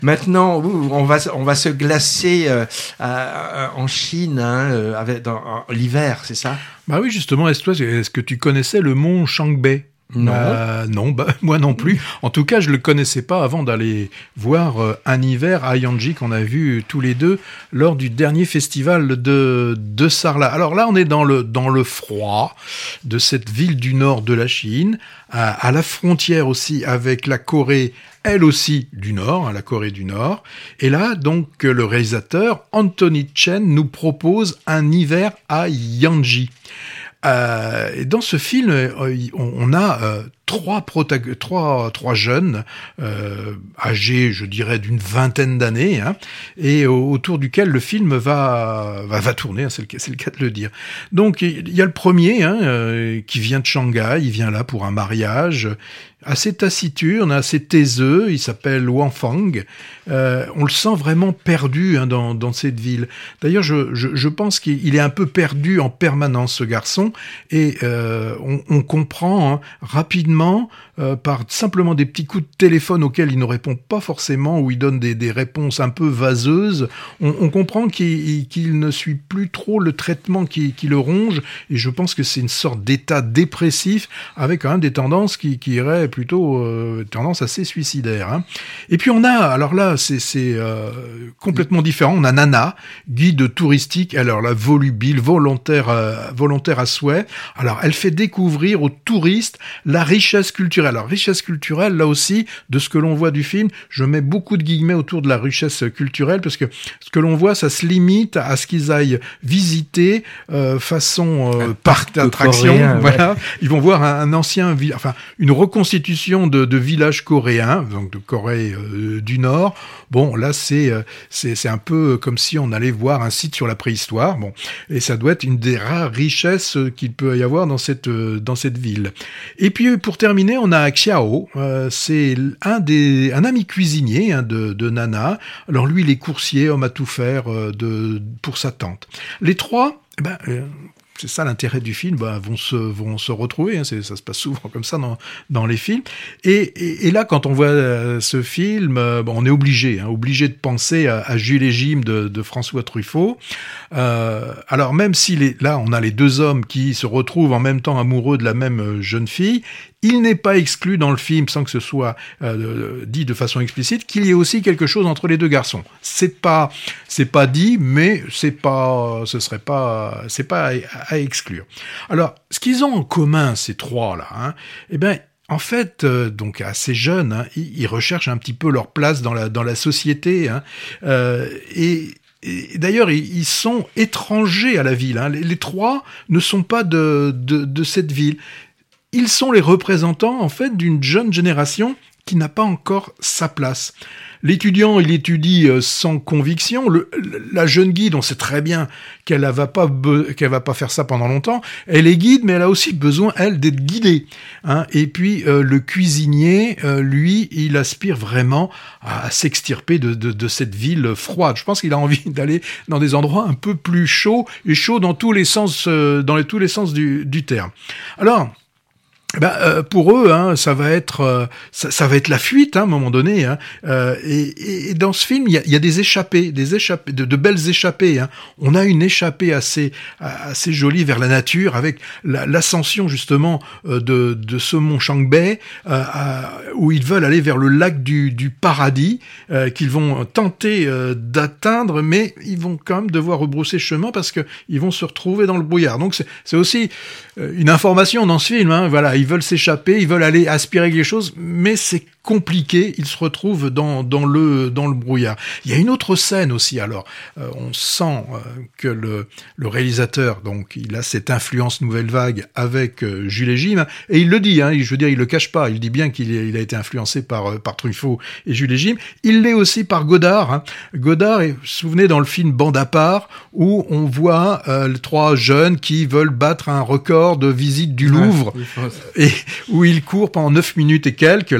Maintenant, on va se glacer en Chine l'hiver, c'est ça? Bah oui, justement, est-ce que tu connaissais le mont Changbei? Non. Non, moi non plus. En tout cas, je le connaissais pas avant d'aller voir un hiver à Yanji qu'on a vu tous les deux lors du dernier festival de Sarlat. Alors là, on est dans le froid de cette ville du nord de la Chine, à la frontière aussi avec la Corée, elle aussi du Nord, la Corée du Nord. Et là, donc, le réalisateur Anthony Chen nous propose un hiver à Yanji. Et dans ce film, on a trois jeunes âgés, je dirais, d'une vingtaine d'années, et autour duquel le film va tourner, c'est le cas de le dire. Donc il y a le premier qui vient de Shanghai, il vient là pour un mariage assez taciturne, assez taiseux, il s'appelle Wang Fang. On le sent vraiment perdu dans cette ville. D'ailleurs, je pense qu'il est un peu perdu en permanence, ce garçon, et on comprend rapidement par simplement des petits coups de téléphone auxquels il ne répond pas forcément, ou il donne des réponses un peu vaseuses, on comprend qu'il ne suit plus trop le traitement qui le ronge, et je pense que c'est une sorte d'état dépressif avec quand même des tendances qui iraient plutôt tendance assez suicidaire. Et puis on a, alors là c'est complètement différent, on a Nana, guide touristique, alors là volubile, volontaire à souhait. Alors elle fait découvrir aux touristes la richesse culturelle. Alors richesse culturelle, là aussi, de ce que l'on voit du film, je mets beaucoup de guillemets autour de la richesse culturelle, parce que ce que l'on voit, ça se limite à ce qu'ils aillent visiter façon parc d'attractions. Coréen, voilà. Ouais. Ils vont voir une reconstitution de village coréen, donc de Corée du Nord. Bon, là c'est un peu comme si on allait voir un site sur la préhistoire. Bon, et ça doit être une des rares richesses qu'il peut y avoir dans cette ville. Et puis pour terminer, on a Xiao, c'est un ami cuisinier de Nana. Alors lui, il est coursier, homme à tout faire pour sa tante. Les trois, c'est ça l'intérêt du film, vont se retrouver, ça se passe souvent comme ça dans les films. Et là, quand on voit ce film, on est obligé de penser à Jules et Jim de François Truffaut. Alors même si là, on a les deux hommes qui se retrouvent en même temps amoureux de la même jeune fille, il n'est pas exclu dans le film, sans que ce soit dit de façon explicite, qu'il y ait aussi quelque chose entre les deux garçons. C'est pas dit, mais c'est pas à exclure. Alors, ce qu'ils ont en commun, ces trois-là, en fait, donc assez jeunes, ils recherchent un petit peu leur place dans la société, et d'ailleurs, ils sont étrangers à la ville. Les trois ne sont pas de cette ville. Ils sont les représentants, en fait, d'une jeune génération qui n'a pas encore sa place. L'étudiant, il étudie sans conviction. La jeune guide, on sait très bien qu'elle va pas faire ça pendant longtemps. Elle est guide, mais elle a aussi besoin, elle, d'être guidée. Et puis, le cuisinier, lui, il aspire vraiment à s'extirper de cette ville froide. Je pense qu'il a envie d'aller dans des endroits un peu plus chauds, et chauds dans tous les sens, tous les sens du terme. Alors, pour eux, ça va être la fuite, à un moment donné. Et dans ce film, il y a des échappées, de belles échappées. On a une échappée assez jolie vers la nature, avec l'ascension justement de ce mont Changbei, où ils veulent aller vers le lac du paradis, qu'ils vont tenter d'atteindre, mais ils vont quand même devoir rebrousser chemin parce que ils vont se retrouver dans le brouillard. Donc c'est aussi une information dans ce film. Voilà. Ils veulent s'échapper, ils veulent aller aspirer quelque chose, mais c'est compliqué, ils se retrouvent dans le brouillard. Il y a une autre scène aussi, alors on sent que le réalisateur, donc il a cette influence nouvelle vague avec Jules et Jim, et il le dit, je veux dire, il le cache pas, il dit bien qu'il a été influencé par Truffaut et Jules et Jim, il l'est aussi par Godard. Godard, vous vous souvenez, dans le film Bande à part, où on voit les trois jeunes qui veulent battre un record de visite du Louvre, et où ils courent pendant 9 minutes et quelques, là, et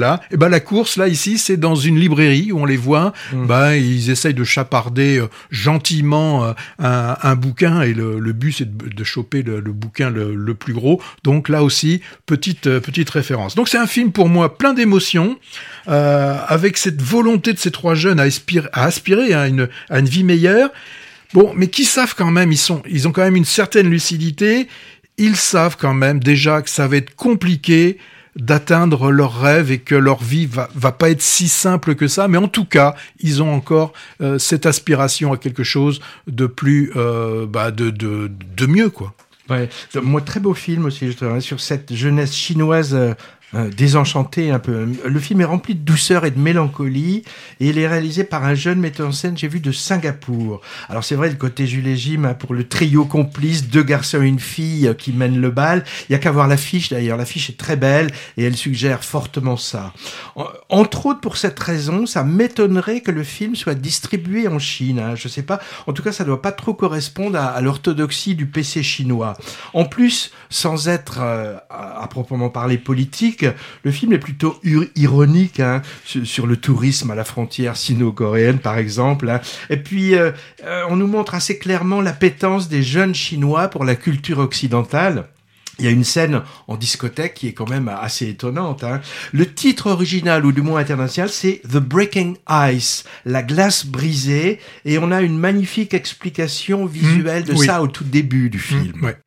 la course, là, ici, c'est dans une librairie où on les voit. Ils essayent de chaparder gentiment un bouquin, et le but, c'est de choper le bouquin le plus gros. Donc là aussi, petite référence. Donc c'est un film pour moi plein d'émotions, avec cette volonté de ces trois jeunes à aspirer à une vie meilleure. Bon, mais qui savent quand même, ils ont quand même une certaine lucidité. Ils savent quand même déjà que ça va être compliqué d'atteindre leurs rêves et que leur vie va pas être si simple que ça, mais en tout cas, ils ont encore cette aspiration à quelque chose de plus, de mieux, quoi. Ouais, moi, très beau film aussi, je trouve, sur cette jeunesse chinoise désenchantée un peu. Le film est rempli de douceur et de mélancolie, et il est réalisé par un jeune metteur en scène, j'ai vu, de Singapour. Alors c'est vrai, le côté Jules Jim, pour le trio complice, 2 garçons et une fille qui mènent le bal. Il y a qu'à voir l'affiche d'ailleurs, l'affiche est très belle et elle suggère fortement ça. Entre autres, pour cette raison, ça m'étonnerait que le film soit distribué en Chine, hein. Je sais pas, en tout cas ça doit pas trop correspondre à l'orthodoxie du PC chinois. En plus, sans être à proprement parler politique, le film est plutôt ironique, hein, sur le tourisme à la frontière sino-coréenne, par exemple, hein. Et puis, on nous montre assez clairement l'appétence des jeunes Chinois pour la culture occidentale. Il y a une scène en discothèque qui est quand même assez étonnante, hein. Le titre original, ou du moins international, c'est The Breaking Ice, la glace brisée, et on a une magnifique explication visuelle de ça au tout début du film. Ouais.